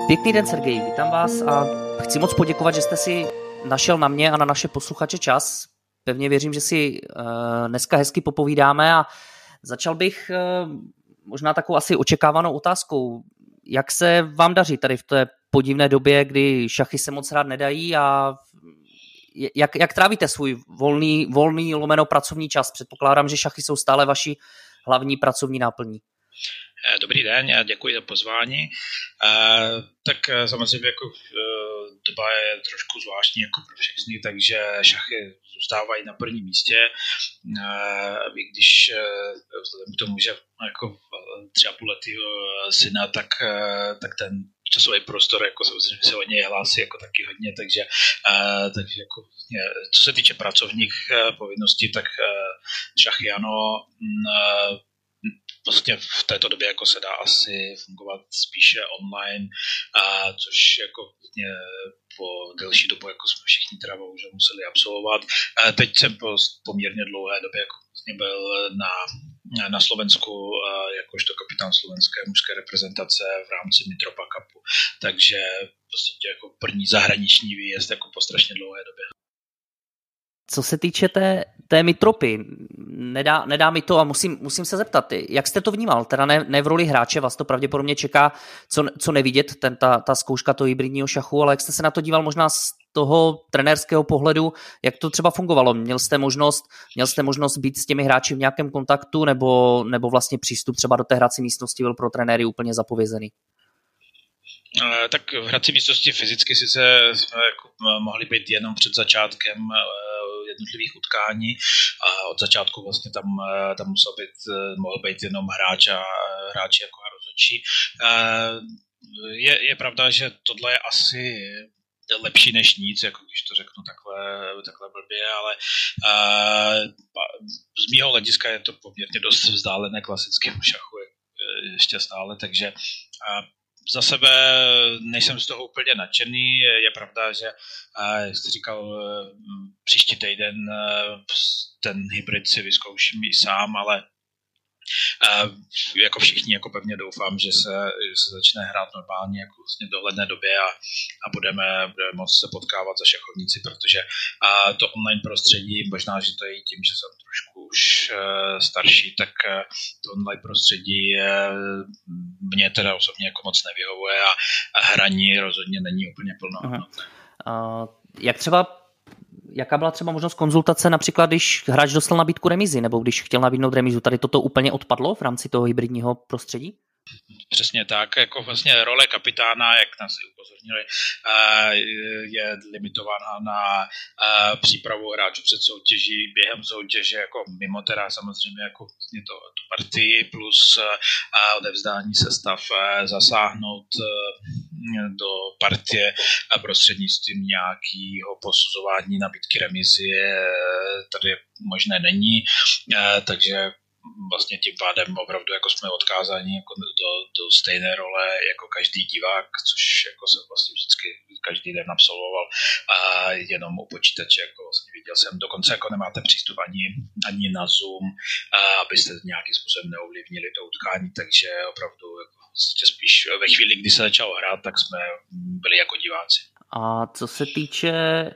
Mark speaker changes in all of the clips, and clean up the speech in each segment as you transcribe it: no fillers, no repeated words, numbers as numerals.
Speaker 1: Pěkný den, Sergej, vítám vás a chci moc poděkovat, že jste si našel na mě a na naše posluchače čas. Pevně věřím, že si dneska hezky popovídáme a začal bych možná takovou asi očekávanou otázkou. Jak se vám daří tady v té podivné době, kdy šachy se moc rád nedají a jak trávíte svůj volný lomeno pracovní čas? Předpokládám, že šachy jsou stále vaší hlavní pracovní náplní.
Speaker 2: Dobrý den, já děkuji za pozvání. Tak samozřejmě jako doba je trošku zvláštní jako pro všechny, takže šachy zůstávají na prvním místě. I když vzhledem k tomu, že jako 3,5 letého syna, tak ten časový prostor jako samozřejmě se od něj hlásí jako taky hodně, takže jako, co se týče pracovních povinností, tak šachy ano. Vlastně v této době jako se dá asi fungovat spíše online, což jako vlastně po delší dobu jako jsme všichni teda bohužel museli absolvovat. Teď jsem po poměrně dlouhé době jako vlastně byl na Slovensku jakožto kapitán slovenské mužské reprezentace v rámci Mitropa Cupu, takže prostě jako první zahraniční výjezd jako po strašně dlouhé době.
Speaker 1: Co se týče té Mitropy, nedá mi to a musím se zeptat, jak jste to vnímal? Teda ne v roli hráče, vás to pravděpodobně čeká, co nevidět, ta zkouška toho hybridního šachu, ale jak jste se na to díval možná z toho trenérského pohledu, jak to třeba fungovalo? Měl jste možnost být s těmi hráči v nějakém kontaktu, nebo vlastně přístup třeba do té hrací místnosti byl pro trenéry úplně zapovězený?
Speaker 2: Tak v hrací místnosti fyzicky sice jsme jako mohli být jenom před začátkem jednotlivých utkání a od začátku vlastně tam mohl být jenom hráči jako rozhodčí. Je pravda, že tohle je asi lepší než nic, jako když to řeknu takhle blbě, ale z mýho hlediska je to poměrně dost vzdálené klasickému šachu ještě stále, takže za sebe nejsem z toho úplně nadšený. Je pravda, že, jak jste říkal, příští týden ten hybrid si vyzkouším i sám, ale jako všichni jako pevně doufám, že se začne hrát normálně jako vlastně v dohledné době a budeme moct se potkávat za šachovníci, protože to online prostředí, možná, že to je i tím, že jsem trošku už starší, tak to online prostředí mě teda osobně jako moc nevyhovuje a hraní rozhodně není úplně plnohodnotné.
Speaker 1: Jaká byla třeba možnost konzultace, například když hráč dostal nabídku remízy, nebo když chtěl nabídnout remízu, tady toto úplně odpadlo v rámci toho hybridního prostředí?
Speaker 2: Přesně tak, jako vlastně role kapitána, jak nás i upozornili, je limitována na přípravu hráčů před soutěží, během soutěže, jako mimo teda samozřejmě jako vlastně tu partii plus odevzdání sestav, zasáhnout do partie a prostřednictvím nějakého posuzování nabídky remízy tady možné není, takže vlastně tím pádem opravdu jako jsme odkázáni jako do stejné role jako každý divák, což jako jsem vlastně vždycky každý den absolvoval a jenom u počítače, jako vlastně viděl jsem, dokonce jako nemáte přístup ani na Zoom, abyste nějakým způsobem neovlivnili to utkání, takže opravdu jako spíš ve chvíli, kdy se začalo hrát, tak jsme byli jako diváci.
Speaker 1: A co se týče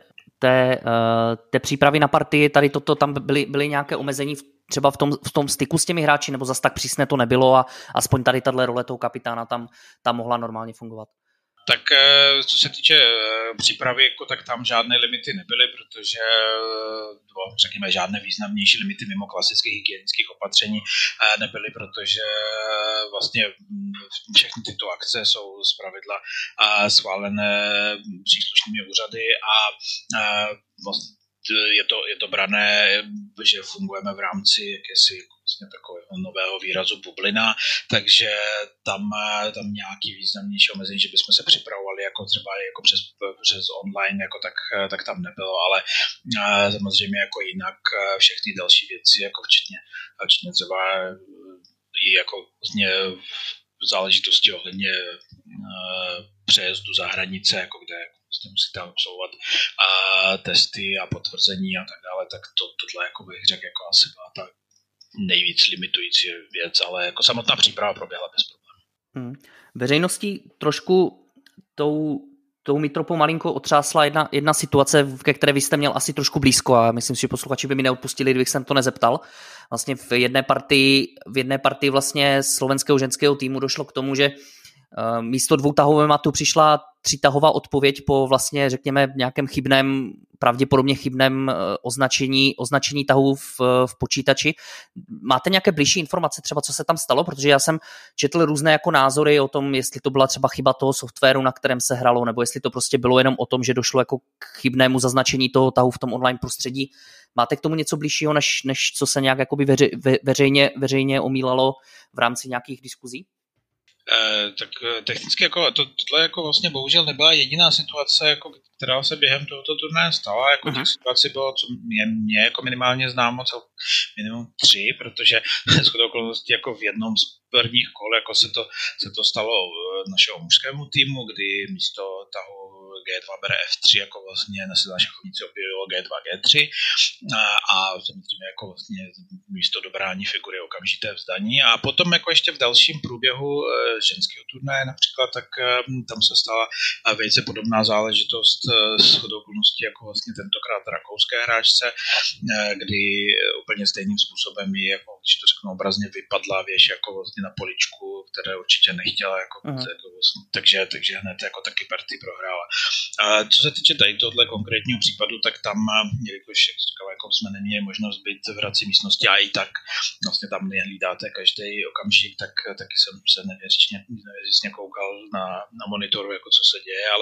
Speaker 1: té přípravy na partii, tady tam byly nějaké omezení třeba v tom styku s těmi hráči, nebo zas tak přísné to nebylo a aspoň tady tato role toho kapitána tam mohla normálně fungovat?
Speaker 2: Tak co se týče přípravy, jako, tak tam žádné limity nebyly, protože řekněme žádné významnější limity mimo klasických hygienických opatření nebyly, protože vlastně všechny tyto akce jsou zpravidla schválené příslušnými úřady a vlastně je to brané, že fungujeme v rámci jakési vlastně takového nového výrazu bublina, takže tam nějaký významnější omezení, že bychom se připravovali jako třeba jako přes online, jako tak tam nebylo, ale samozřejmě jako jinak všechny další věci, jako včetně třeba i jako vlastně záležitosti ohledně přejezdu za hranice, jako kde vlastně musíte absolvovat testy a potvrzení a tak dále, tak tohle jako bych řekl jako asi byla ta nejvíc limitující věc, ale jako samotná příprava proběhla bez problémů.
Speaker 1: Veřejnosti trošku tou Mitropou malinko otřásla jedna situace, ke které vy jste měl asi trošku blízko a myslím si, že posluchači by mi neodpustili, kdybych jsem to nezeptal. Vlastně v jedné partii vlastně slovenského ženského týmu došlo k tomu, že místo 2 tahového matu přišla 3 tahová odpověď po vlastně, řekněme, nějakém pravděpodobně chybném označení tahu v počítači. Máte nějaké bližší informace třeba, co se tam stalo? Protože já jsem četl různé jako názory o tom, jestli to byla třeba chyba toho softwaru, na kterém se hralo, nebo jestli to prostě bylo jenom o tom, že došlo jako k chybnému zaznačení toho tahu v tom online prostředí. Máte k tomu něco bližšího, než co se nějak jakoby veřejně omílalo v rámci nějakých diskuzí?
Speaker 2: Tak technicky jako tohle jako vlastně bohužel nebyla jediná situace, jako, která se během tohoto turnaje stala. Jako těch situací bylo, co mě jako minimálně známo, minimum 3, protože shodou okolností jako v jednom z prvních kol jako se to stalo našemu mužskému týmu, kdy místo tahu G2 bere F3 jako vlastně na šachovnici objevilo G2, G3 a samozřejmě jako vlastně místo dobrání figury okamžité vzdaní a potom jako ještě v dalším průběhu ženského turnaje například, tak tam se stala velice podobná záležitost shodou okolností jako vlastně tentokrát rakouské hráčce, kdy úplně stejným způsobem ji, jako, když to řeknu obrazně, vypadla věž jako vlastně na poličku, které určitě nechtěla, jako, takže hned jako taky partii prohrála. A co se týče tady tohle konkrétního případu, tak tam, jelikož jako jsme neměli možnost být v hrací místnosti a i tak vlastně tam nehlídáte každý okamžik, tak taky jsem se nevěřečně koukal na monitoru, jako co se děje, ale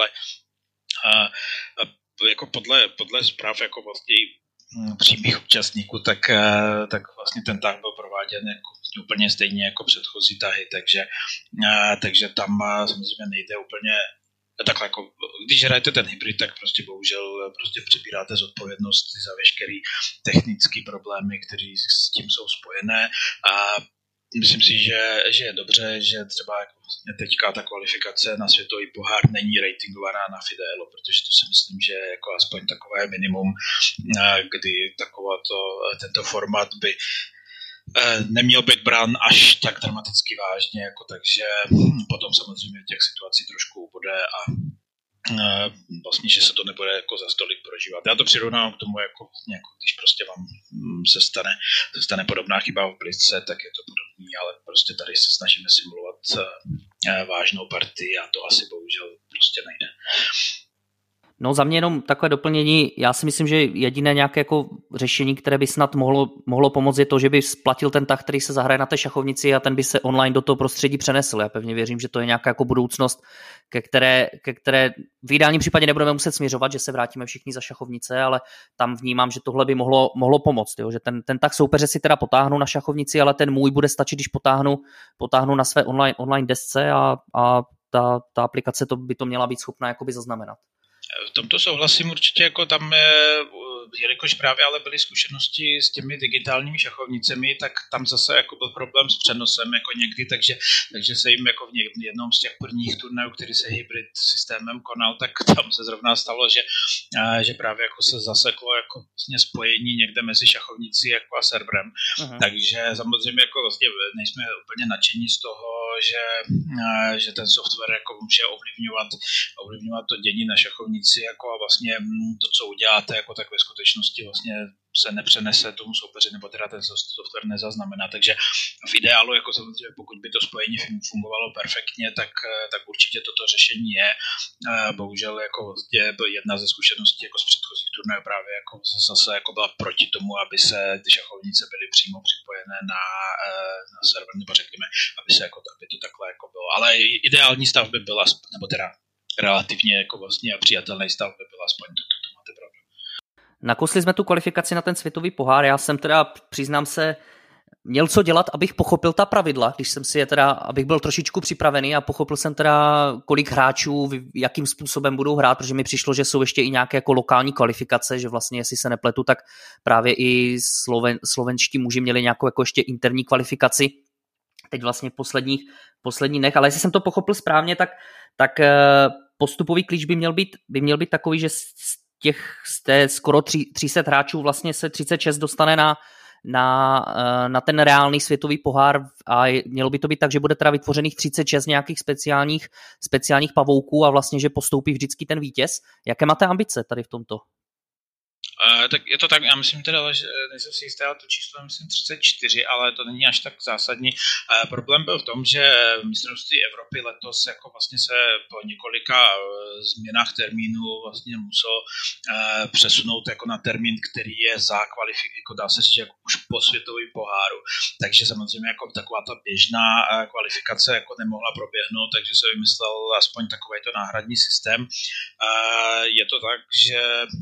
Speaker 2: jako podle zpráv jako vlastně přímých účastníků, tak vlastně ten tah byl prováděn jako úplně stejně jako předchozí tahy, takže tam samozřejmě nejde úplně takhle jako, když hrajete ten hybrid, tak prostě bohužel prostě přebíráte zodpovědnost za veškerý technické problémy, které s tím jsou spojené a myslím si, že je dobře, že třeba jako vlastně teďka ta kvalifikace na světový pohár není ratingovaná na Fidelo, protože to si myslím, že je jako aspoň takové minimum, kdy tento format by neměl být brán až tak dramaticky vážně, jako takže potom samozřejmě těch situací trošku ubude a vlastně, že se to nebude jako za stolik prožívat. Já to přirovnám k tomu, jako když prostě vám se stane podobná chyba v blitze, tak je to podobný, ale prostě tady se snažíme simulovat vážnou partii a to asi bohužel prostě nejde.
Speaker 1: No za mě jenom takové doplnění, já si myslím, že jediné nějaké jako řešení, které by snad mohlo pomoct, je to, že by splatil ten tah, který se zahraje na té šachovnici a ten by se online do toho prostředí přenesl. Já pevně věřím, že to je nějaká jako budoucnost, ke které v ideálním případě nebudeme muset směřovat, že se vrátíme všichni za šachovnice, ale tam vnímám, že tohle by mohlo pomoct, jo? Že ten tah soupeře si teda potáhnu na šachovnici, ale ten můj bude stačit, když potáhnu na své online desce a ta aplikace by to měla být schopná jakoby zaznamenat.
Speaker 2: V tomto souhlasím určitě, jako tam, jelikož právě ale byly zkušenosti s těmi digitálními šachovnicemi, tak tam zase jako byl problém s přenosem jako někdy, takže se jim jako v jednom z těch prvních turnajů, který se hybrid systémem konal, tak tam se zrovna stalo, že právě jako se zaseklo jako vlastně spojení někde mezi šachovnicí jako a serverem. Takže samozřejmě jako vlastně nejsme úplně nadšení z toho, že ten software jako může ovlivňovat to dění na šachovnici jako a vlastně to, co uděláte, jako tak ve skutečnosti vlastně se nepřenese tomu soupeři, nebo teda ten software nezaznamená. Takže v ideálu, jako samozřejmě, pokud by to spojení fungovalo perfektně, tak určitě toto řešení je. Bohužel jako vlastně jedna ze zkušeností jako z předchozích turnajů právě jako zase jako byla proti tomu, aby se ty šachovnice byly přímo připojené na server, nebo řekněme, aby to takhle jako bylo. Ale ideální stav by byl, nebo teda relativně jako vlastně přijatelný stav by byl aspoň toto, máte pravdu.
Speaker 1: Nakousli jsme tu kvalifikaci na ten světový pohár, já jsem teda, přiznám se, měl co dělat, abych pochopil ta pravidla, když jsem si je teda, abych byl trošičku připravený a pochopil jsem teda, kolik hráčů, jakým způsobem budou hrát, protože mi přišlo, že jsou ještě i nějaké jako lokální kvalifikace, že vlastně, jestli se nepletu, tak právě i slovenští muži měli nějakou jako ještě interní kvalifikaci, teď vlastně v posledních dnech, ale jestli jsem to pochopil správně, tak postupový klíč by měl být takový, že z té skoro 300 hráčů vlastně se 36 dostane na ten reálný světový pohár a mělo by to být tak, že bude teda vytvořených 36 nějakých speciálních pavouků a vlastně, že postoupí vždycky ten vítěz. Jaké máte ambice tady v tomto?
Speaker 2: Tak je to tak, já myslím teda, že nejsem si jistý, ale to číslo je myslím 34, ale to není až tak zásadní. Problém byl v tom, že mistrovství Evropy letos jako vlastně se po několika změnách termínu vlastně muselo přesunout jako na termín, který je za jako dá se říct, jako už po světovém poháru. Takže samozřejmě jako taková ta běžná kvalifikace jako nemohla proběhnout, takže se vymyslel aspoň takovýto náhradní systém. Je to tak, že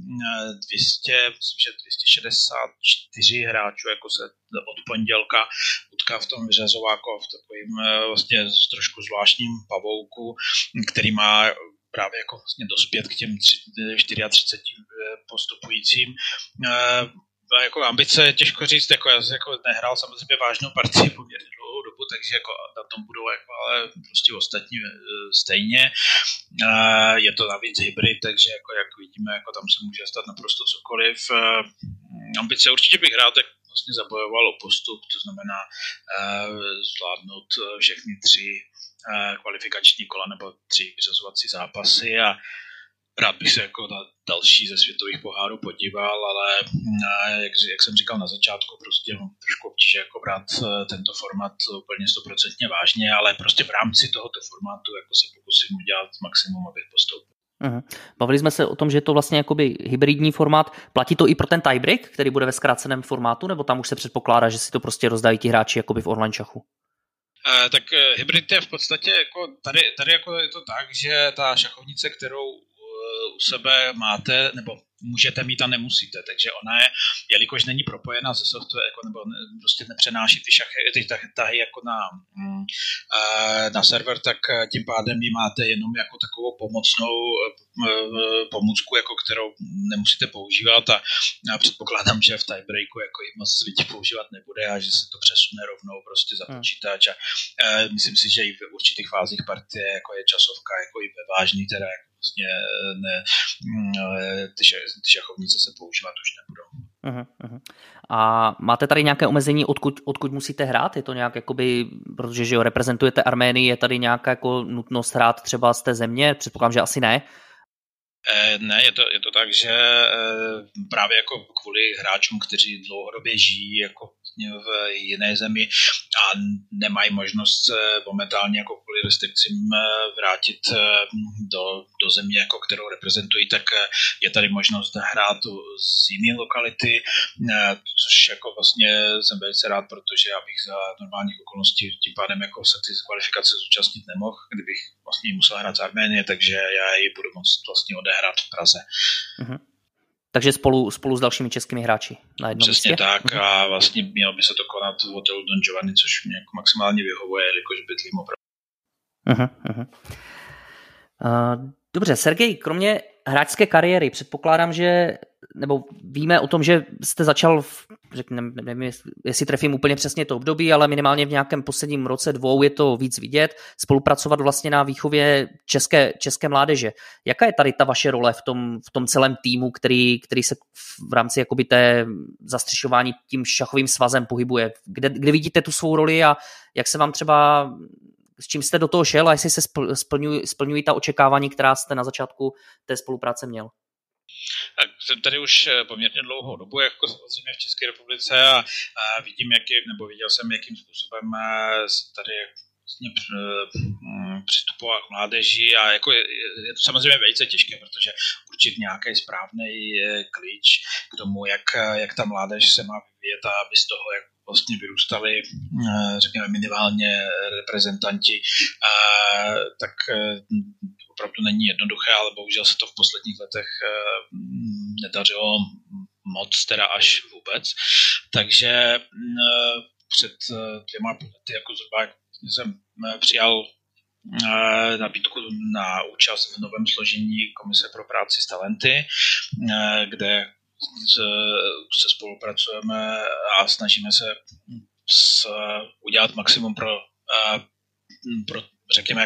Speaker 2: 264 hráčů jako se od pondělka utká v tom vyřazováku v takovým vlastně trošku zvláštním pavouku, který má právě jako vlastně dospět k těm 34 postupujícím. Jako ambice, těžko říct, jako já jako nehrál samozřejmě vážnou partii poměrně dlouhou dobu, takže jako na tom budou jako, ale prostě ostatní stejně. Je to navíc hybrid, takže jako jak vidíme, jako tam se může stát naprosto cokoliv. Ambice určitě bych rád tak vlastně zabojoval o postup, to znamená zvládnout všechny 3 kvalifikační kola nebo 3 vyřazovací zápasy a rád bych se jako na další ze světových pohárů podíval, ale jak jsem říkal na začátku, prostě trošku obtíže jako brát tento formát úplně 100% vážně, ale prostě v rámci tohoto formátu jako se pokusím udělat maximum, abych postoupil.
Speaker 1: Bavili jsme se o tom, že je to vlastně jakoby hybridní formát. Platí to i pro ten tiebreak, který bude ve zkráceném formátu, nebo tam už se předpokládá, že si to prostě rozdají ti hráči jakoby v online šachu?
Speaker 2: Tak hybrid je v podstatě jako tady jako je to tak, že ta šachovnice, kterou u sebe máte, nebo můžete mít a nemusíte, takže ona je, jelikož není propojená se software, jako, nebo prostě nepřenáší ty tahy jako na server, tak tím pádem ji máte jenom jako takovou pomocnou pomůcku, jako kterou nemusíte používat a předpokládám, že v tiebreaku jako ji moc lidí používat nebude a že se to přesune rovnou prostě za počítač a myslím si, že i v určitých fázích partie jako je časovka, jako i ve vážný teda jako vlastně ty šachovnice se používat už nebudou.
Speaker 1: A máte tady nějaké omezení, odkud musíte hrát? Je to nějak jakoby, protože že reprezentujete Arménii, je tady nějaká jako nutnost hrát třeba z té země? Předpokládám, že asi ne.
Speaker 2: Ne, je to tak, že právě jako kvůli hráčům, kteří dlouhodobě žijí jako v jiné zemi a nemají možnost momentálně jako kvůli restrikcím vrátit do země, jako kterou reprezentují, tak je tady možnost hrát z jiné lokality, což jako vlastně jsem velice rád, protože já bych za normálních okolností tím pádem jako se ty kvalifikace zúčastnit nemohl, kdybych vlastně musel hrát z Arménie, takže já ji budu moct vlastně odehrát v Praze.
Speaker 1: Takže spolu s dalšími českými hráči na jednom
Speaker 2: Přesně
Speaker 1: místě?
Speaker 2: tak a vlastně mělo by se to konat v hotelu Don Giovanni, což mě jako maximálně vyhovuje, jelikož bydlím opravdu.
Speaker 1: Dobře, Sergej, kromě hráčské kariéry, předpokládám, že, nebo víme o tom, že jste začal, nevím, jestli trefím úplně přesně to období, ale minimálně v nějakém posledním roce, 2 je to víc vidět, spolupracovat vlastně na výchově české mládeže. Jaká je tady ta vaše role v tom celém týmu, který se v rámci jakoby té zastřešování tím šachovým svazem pohybuje? Kde vidíte tu svou roli a jak se vám třeba, s čím jste do toho šel a jestli se splňují ta očekávání, která jste na začátku té spolupráce měl?
Speaker 2: Tak jsem tady už poměrně dlouhou dobu, jako samozřejmě v České republice a viděl jsem, jakým způsobem tady vlastně přistupovat k mládeži a jako je to samozřejmě velice těžké, protože určit nějaký správný klíč k tomu, jak ta mládež se má vyvíjet a aby z toho, jak vlastně vyrůstali, řekněme, minimálně reprezentanti, tak opravdu není jednoduché, ale bohužel se to v posledních letech nedařilo moc, teda až vůbec. Takže před 2 lety jako zhruba jsem přijal nabídku na účast v novém složení Komise pro práci s talenty, kde se spolupracujeme a snažíme se udělat maximum pro řekněme jako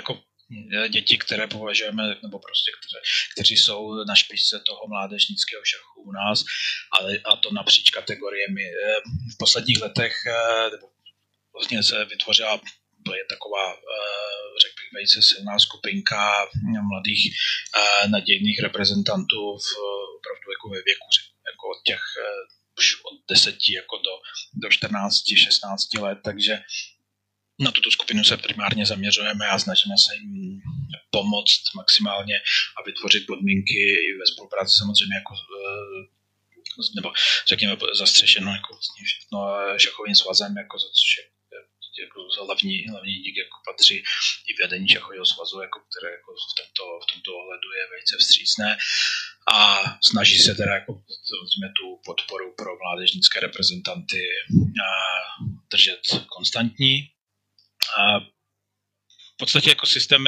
Speaker 2: děti, které považujeme, nebo prostě kteří jsou na špičce toho mládežnického šachu u nás, a to napříč kategoriemi. V posledních letech vlastně se vytvořila, to je taková, řekl bych, velice silná skupinka mladých nadějných reprezentantů opravdu jako ve věku, jako od těch už od 10 jako do 14, 16 let, takže na tuto skupinu se primárně zaměřujeme a snažíme se jim pomoct maximálně a vytvořit podmínky i ve spolupráci samozřejmě jako nebo řekněme zastřešeno jako vlastně všechno šachovým svazem, jako za což je jako hlavní dík jako patří i vedení šachového svazu, jako které jako v tomto ohledu je velice vstřícné a snaží se teda jako tu podporu pro mládežnické reprezentanty držet konstantní. A v podstatě jako systém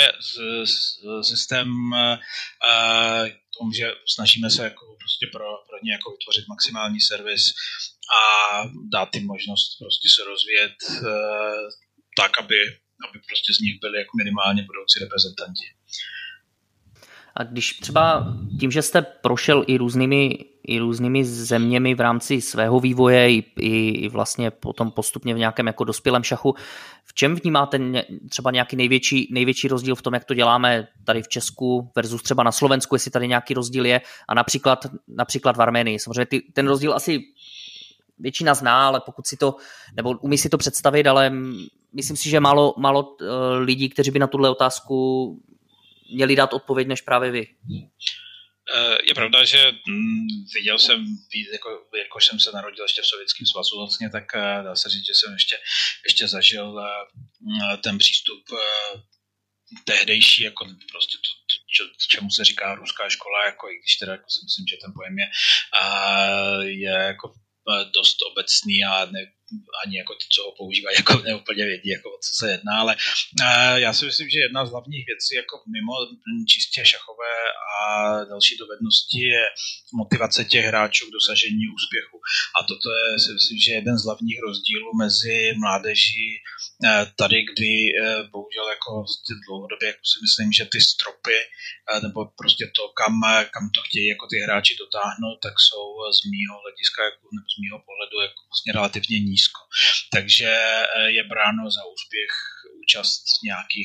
Speaker 2: tom, že snažíme se jako prostě pro ně jako vytvořit maximální servis a dát jim možnost prostě se rozvíjet tak, aby prostě z nich byli jako minimálně budoucí reprezentanti.
Speaker 1: A když třeba tím, že jste prošel i různými zeměmi v rámci svého vývoje i vlastně potom postupně v nějakém jako dospělém šachu, v čem vnímáte třeba nějaký největší rozdíl v tom, jak to děláme tady v Česku versus třeba na Slovensku, jestli tady nějaký rozdíl je, a například v Arménii. Samozřejmě ten rozdíl asi většina zná, ale pokud si to, nebo umí si to představit, ale myslím si, že málo lidí, kteří by na tuhle otázku měli dát odpověď než právě vy.
Speaker 2: Je pravda, že viděl jsem, jako jsem se narodil ještě v Sovětském svazu vlastně, tak dá se říct, že jsem ještě zažil ten přístup tehdejší, jako prostě čemu se říká ruská škola, jako i když teda jako si myslím, že ten pojem je jako dost obecný a ani jako ty, co ho používají, jako neúplně vědí, jako o co se jedná, ale já si myslím, že jedna z hlavních věcí jako mimo čistě šachové a další dovednosti je motivace těch hráčů k dosažení úspěchu. A toto je, si myslím, že jeden z hlavních rozdílů mezi mládeží tady, kdy bohužel jako dlouhodobě jako si myslím, že ty stropy nebo prostě to, kam to chtějí jako ty hráči dotáhnout, tak jsou z mýho hlediska nebo z mýho pohledu jako vlastně relativně nízko. Takže je bráno za úspěch účast v nějakých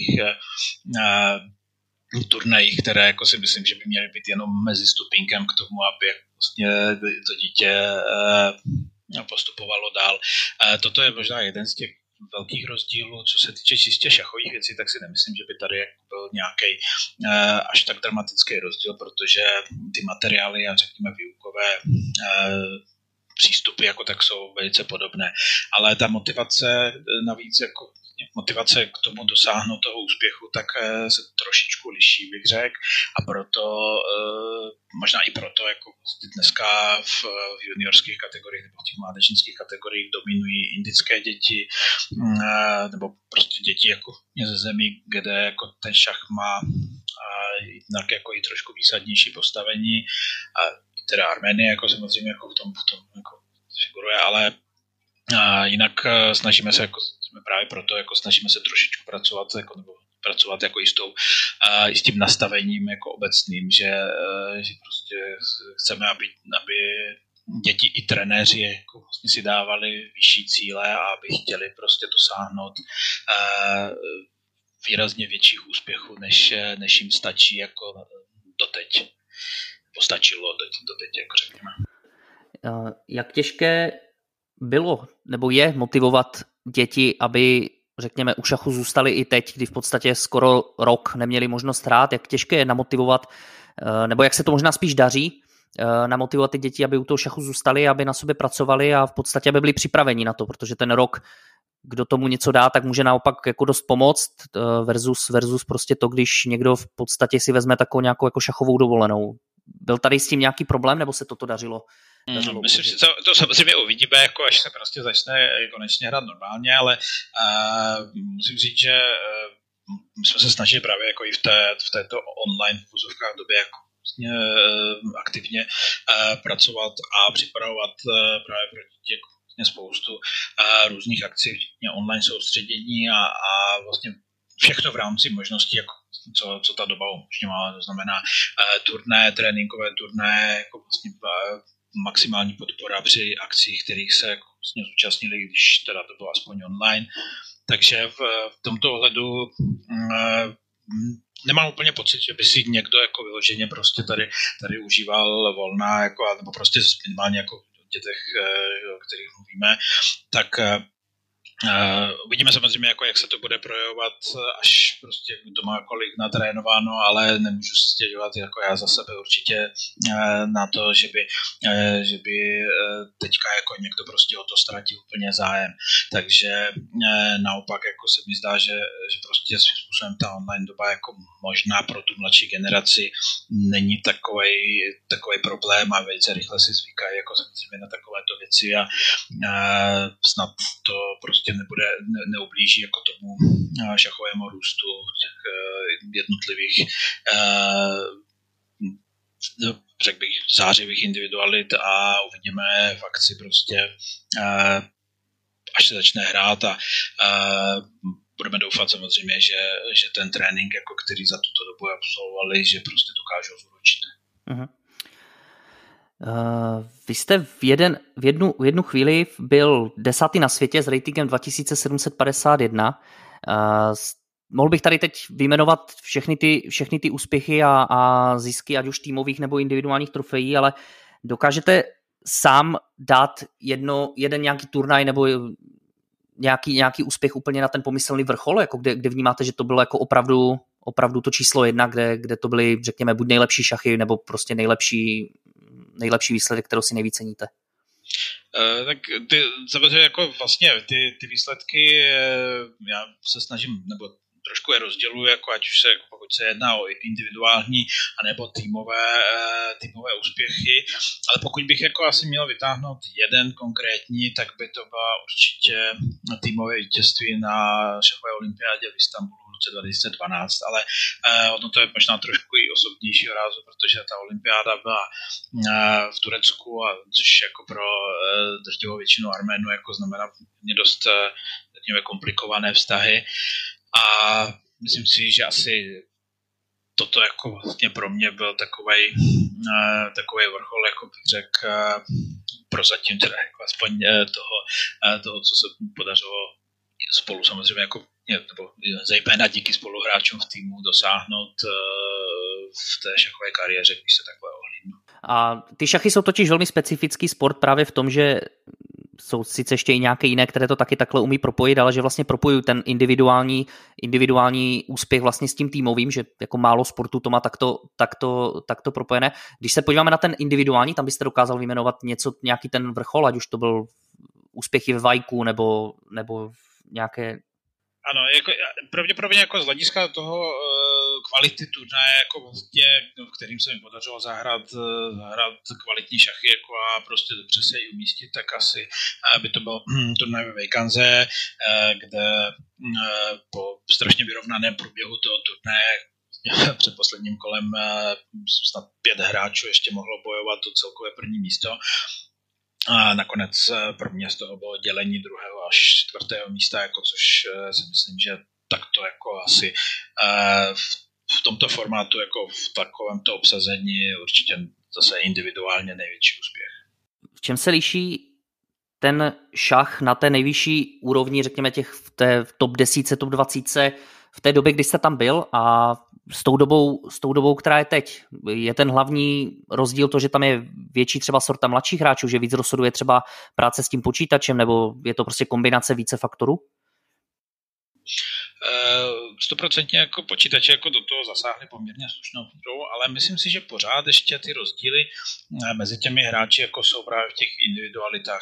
Speaker 2: turnajích, které jako si myslím, že by měly být jenom mezi stupínkem k tomu, aby vlastně to dítě postupovalo dál. Toto je možná jeden z těch velkých rozdílů. Co se týče čistě šachových věcí, tak si nemyslím, že by tady byl nějaký až tak dramatický rozdíl, protože ty materiály a řekněme výukové přístupy jako tak jsou velice podobné. Ale ta motivace navíc jako motivace k tomu dosáhnout toho úspěchu, tak se trošičku liší, bych řekl. A proto, možná i proto, jako dneska v juniorských kategoriích nebo v těch mládežnických kategoriích dominují indické děti, nebo prostě děti jako ze zemí, kde jako ten šach má jednak jako i trošku výsadnější postavení. A teda Arménie jako samozřejmě jako v tom jako figuruje, ale jinak snažíme se jako právě proto jako snažíme se trošičku pracovat jako, nebo pracovat jako i s tím nastavením jako obecným, že prostě chceme, aby děti i trenéři jako vlastně si dávali vyšší cíle a aby chtěli prostě dosáhnout výrazně větších úspěchů, než jim stačí jako doteď. Postačilo doteď, jako řekněme.
Speaker 1: Jak těžké bylo nebo je motivovat děti, aby, řekněme, u šachu zůstali i teď, kdy v podstatě skoro rok neměli možnost hrát, jak těžké je namotivovat, nebo jak se to možná spíš daří, namotivovat ty děti, aby u toho šachu zůstali, aby na sobě pracovali a v podstatě aby byli připraveni na to, protože ten rok, kdo tomu něco dá, tak může naopak jako dost pomoct versus prostě to, když někdo v podstatě si vezme takovou nějakou jako šachovou dovolenou. Byl tady s tím nějaký problém, nebo se toto dařilo?
Speaker 2: Myslím, že to samozřejmě uvidíme, jako až se prostě začne konečně hrát normálně, ale musím říct, že my jsme se snažili právě jako i v této online v úzovkách době jako vlastně aktivně pracovat a připravovat právě pro děti jako vlastně spoustu různých akcí, včetně online soustředění a vlastně všechno v rámci možností jako co ta doba umožňovala. To znamená turné, tréninkové turné, jako vlastně maximální podpora při akcích, kterých se jako vlastně zúčastnili, když teda to bylo aspoň online. Takže v tomto ohledu nemám úplně pocit, že by si někdo jako vyloženě prostě tady užíval volna, jako, nebo prostě minimálně jako o dětech, o kterých mluvíme, tak uvidíme samozřejmě, jako jak se to bude projevovat, až prostě to má kolik natrénováno, ale nemůžu si stěžovat jako já za sebe určitě na to, že by teďka jako někdo prostě o to ztratil úplně zájem. Takže naopak jako se mi zdá, že prostě svým způsobem ta online doba jako možná pro tu mladší generaci není takový problém a velice rychle si zvykají jako samozřejmě na takovéto věci a snad to prostě neublíží jako tomu šachovému růstu těch jednotlivých řekl bych zářivých individualit a uvidíme v akci prostě až se začne hrát a budeme doufat samozřejmě, že ten trénink, jako který za tuto dobu absolvovali, že prostě dokážou zúročit. Uh-huh.
Speaker 1: Vy jste v jednu chvíli byl 10. na světě s ratingem 2751. Mohl bych tady teď vyjmenovat všechny ty úspěchy a zisky, ať už týmových nebo individuálních trofejí, ale dokážete sám dát jeden nějaký turnaj nebo nějaký úspěch úplně na ten pomyslný vrchol, jako kde vnímáte, že to bylo jako opravdu to číslo 1, kde to byly, řekněme, buď nejlepší šachy, nebo prostě nejlepší výsledek, kterou si nejvíc ceníte?
Speaker 2: Tak samozřejmě jako vlastně ty výsledky já se snažím, nebo trošku je rozděluji, jako ať už pokud se jedná o individuální anebo týmové úspěchy, ale pokud bych jako asi měl vytáhnout jeden konkrétní, tak by to byla určitě týmové vítězství na šachové olympiádě v Istanbulu v roce 2012, ale ono to je možná trošku i osobnějšího rázu, protože ta olympiáda byla v Turecku, a což jako pro drtivou většinu Arménů jako znamená dost komplikované vztahy. A myslím si, že asi toto jako vlastně pro mě byl takový vrchol, jako bych řekl, prozatím teda jako aspoň toho, co se podařilo spolu samozřejmě jako nebo zejména díky spoluhráčům v týmu dosáhnout v té šachové kariéře, když se takhle ohlídnu.
Speaker 1: A ty šachy jsou totiž velmi specifický sport právě v tom, že jsou sice ještě i nějaké jiné, které to taky takhle umí propojit, ale že vlastně propojují ten individuální úspěch vlastně s tím týmovým, že jako málo sportů to má takto propojené. Když se podíváme na ten individuální, tam byste dokázal vyjmenovat nějaký ten vrchol, ať už to byl úspěchy ve vajku nebo nějaké...
Speaker 2: Ano, jako, pravděpodobně jako z hlediska toho kvality turnaje, jako vlastně, v kterým se mi podařilo zahrát kvalitní šachy jako a prostě dobře se i umístit, tak asi by to byl turnaj ve Vejkanze, kde po strašně vyrovnaném průběhu toho turnaje před posledním kolem snad 5 hráčů ještě mohlo bojovat o celkové první místo. A nakonec pro mě z toho bylo dělení 2. až 4. místa, jako což si myslím, že takto jako asi v tomto formátu, jako v takovémto obsazení určitě zase individuálně největší úspěch.
Speaker 1: V čem se liší ten šach na té nejvyšší úrovni, řekněme v té top 10, top 20, v té době, kdy jste tam byl a s tou dobou, která je teď? Je ten hlavní rozdíl to, že tam je větší třeba sorta mladších hráčů, že víc rozhoduje třeba práce s tím počítačem, nebo je to prostě kombinace více faktorů?
Speaker 2: 100% jako počítače jako do toho zasáhly poměrně slušnou mírou, ale myslím si, že pořád ještě ty rozdíly mezi těmi hráči jako jsou právě v těch individualitách.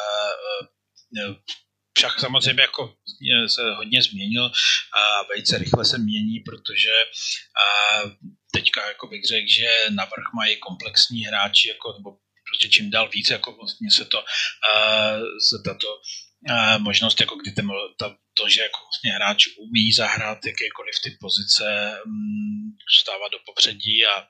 Speaker 2: Šach samozřejmě jako se hodně změnil a velice rychle se mění, protože teďka jako bych řekl, že navrch mají komplexní hráči, jako, nebo prostě čím dál víc, jako vlastně se tato možnost, jako kdy to, že jako vlastně hráč umí zahrát jakékoliv ty pozice, dostávat do popředí a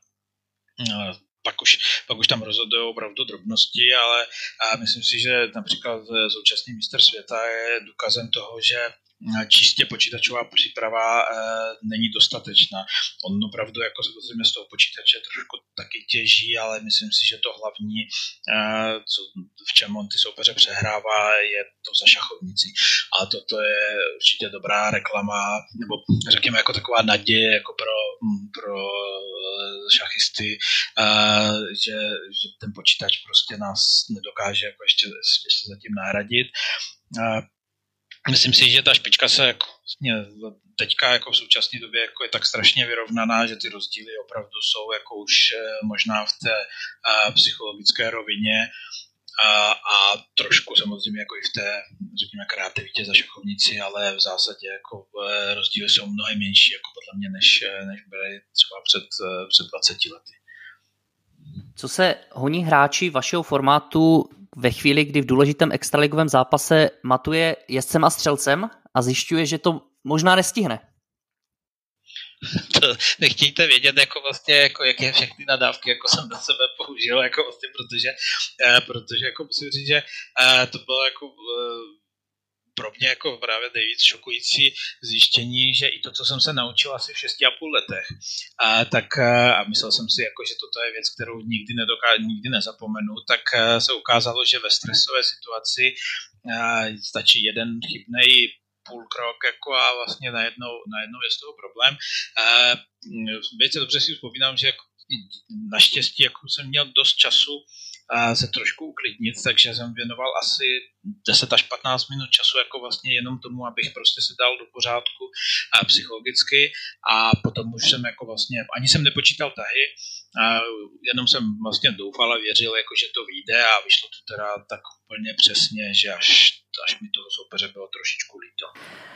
Speaker 2: pak už tam rozhodují opravdu drobnosti, ale myslím si, že například současný mistr světa je důkazem toho, že čistě počítačová příprava není dostatečná. On opravdu jako samozřejmě z toho počítače trošku taky těží, ale myslím si, že to hlavní, v čem on ty soupeře přehrává, je to za šachovnicí. A toto je určitě dobrá reklama, nebo řekněme jako taková naděje jako pro šachisty, že ten počítač prostě nás nedokáže jako ještě zatím nahradit. Myslím si, že ta špička se jako teďka jako v současné době jako je tak strašně vyrovnaná, že ty rozdíly opravdu jsou jako už možná v té psychologické rovině a trošku samozřejmě jako i v té, řekněme, kreativitě za šachovnici, ale v zásadě jako rozdíly jsou mnohem menší jako podle mě, než byly třeba před 20 lety.
Speaker 1: Co se honí hráči vašeho formátu ve chvíli, kdy v důležitém extraligovém zápase matuje jezdcem a střelcem a zjišťuje, že to možná nestihne?
Speaker 2: To nechtějte vědět, jako vlastně, jako jaké všechny nadávky jako jsem do sebe použil, jako vlastně, protože jako musím říct, že to bylo jako pro mě jako právě nejvíc šokující zjištění, že i to, co jsem se naučil asi v 6,5 letech, a myslel jsem si, jako, že toto je věc, kterou nikdy nezapomenu, tak se ukázalo, že ve stresové situaci stačí jeden chybnej půlkrok jako a vlastně najednou je z toho problém. Velice dobře si vzpomínám, že jako, naštěstí jako jsem měl dost času se trošku uklidnit, takže jsem věnoval asi 10 až 15 minut času jako vlastně jenom tomu, abych prostě se dal do pořádku psychologicky a potom už jsem jako vlastně, ani jsem nepočítal tahy, jenom jsem vlastně doufal a věřil, jako, že to vyjde a vyšlo to teda tak úplně přesně, že až mi toho soupeře bylo trošičku líto.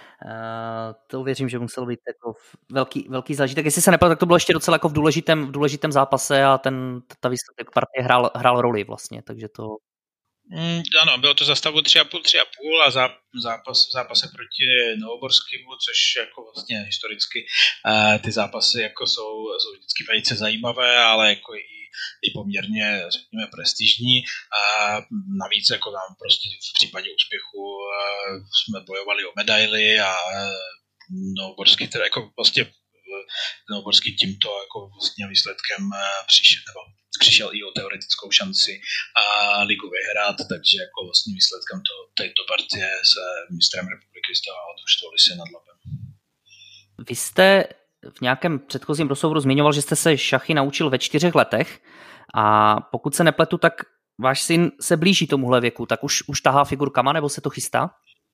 Speaker 1: To věřím, že muselo být jako velký zážitek. Jestli se nepletu, tak to bylo ještě docela jako v důležitém zápase a ta výsledek partie hrál roli vlastně, takže to...
Speaker 2: Ano, bylo to za stavu 3,5 a v zápase proti Novoborskému, což jako vlastně historicky ty zápasy jako jsou vždycky velice zajímavé, ale jako i poměrně, řekněme, prestižní. Navíc jako nám prostě v případě úspěchu jsme bojovali o medaily a Novoborský, teda jako vlastně Novoborský tímto jako vlastně výsledkem přišel i o teoretickou šanci a ligu vyhrát, takže jako vlastně výsledkem této partie se mistrem republiky stal družstvo Lisy nad Labem.
Speaker 1: Vy jste v nějakém předchozím rozhovoru zmiňoval, že jste se šachy naučil ve 4 letech a pokud se nepletu, tak váš syn se blíží tomuhle věku, tak už tahá figurkama nebo se to chystá?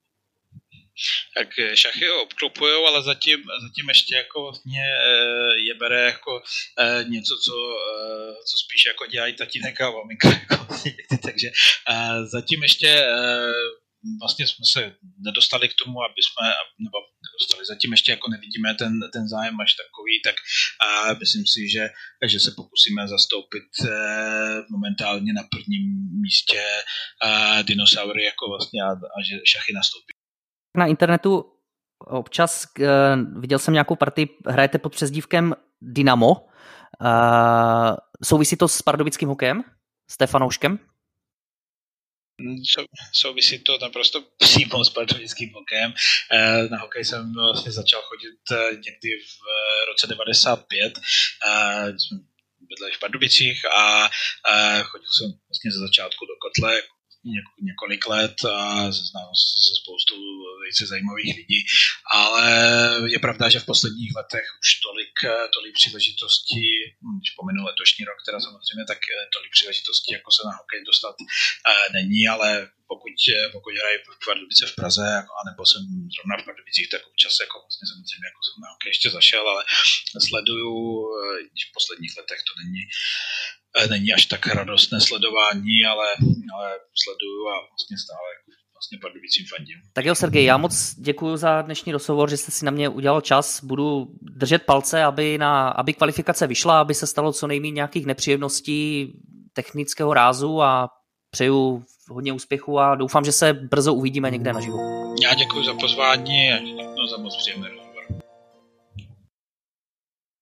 Speaker 2: Tak šachy ho obklopujou, ale zatím ještě jako vlastně je bere jako něco, co spíš jako dělají tatínek a maminka. Jako, takže zatím ještě vlastně jsme se nedostali k tomu, zatím ještě jako nevidíme ten zájem až takový, tak myslím si, že se pokusíme zastoupit momentálně na prvním místě dinosaury jako vlastně a že šachy nastoupí.
Speaker 1: Na internetu občas viděl jsem nějakou partii, hrajete pod přezdívkem Dynamo. Souvisí to s pardubickým hokejem? S Stefanouškem?
Speaker 2: Souvisí to naprosto přímo s pardubickým hokejem. Na hokej jsem vlastně začal chodit někdy v roce 95. Bydlel v Pardubicích a chodil jsem vlastně ze začátku do kotle několik let a znám se spoustou velice zajímavých lidí, ale je pravda, že v posledních letech už tolik příležitostí, když pominu letošní rok, teda samozřejmě, tak tolik příležitostí, jako se na hokej dostat není, ale pokud hrají v Pardubice v Praze, anebo jsem zrovna v Pardubicích, tak občas jako vlastně samozřejmě jako jsem na hokej ještě zašel, ale sleduju, když v posledních letech to není až tak radostné sledování, ale sleduju a vlastně stále vlastně Pardubicím fandím.
Speaker 1: Tak jo, Sergej, já moc děkuji za dnešní rozhovor, že jste si na mě udělal čas. Budu držet palce, aby kvalifikace vyšla, aby se stalo co nejméně nějakých nepříjemností technického rázu a přeju hodně úspěchu a doufám, že se brzo uvidíme někde naživo.
Speaker 2: Já děkuji za pozvání a za moc příjemné.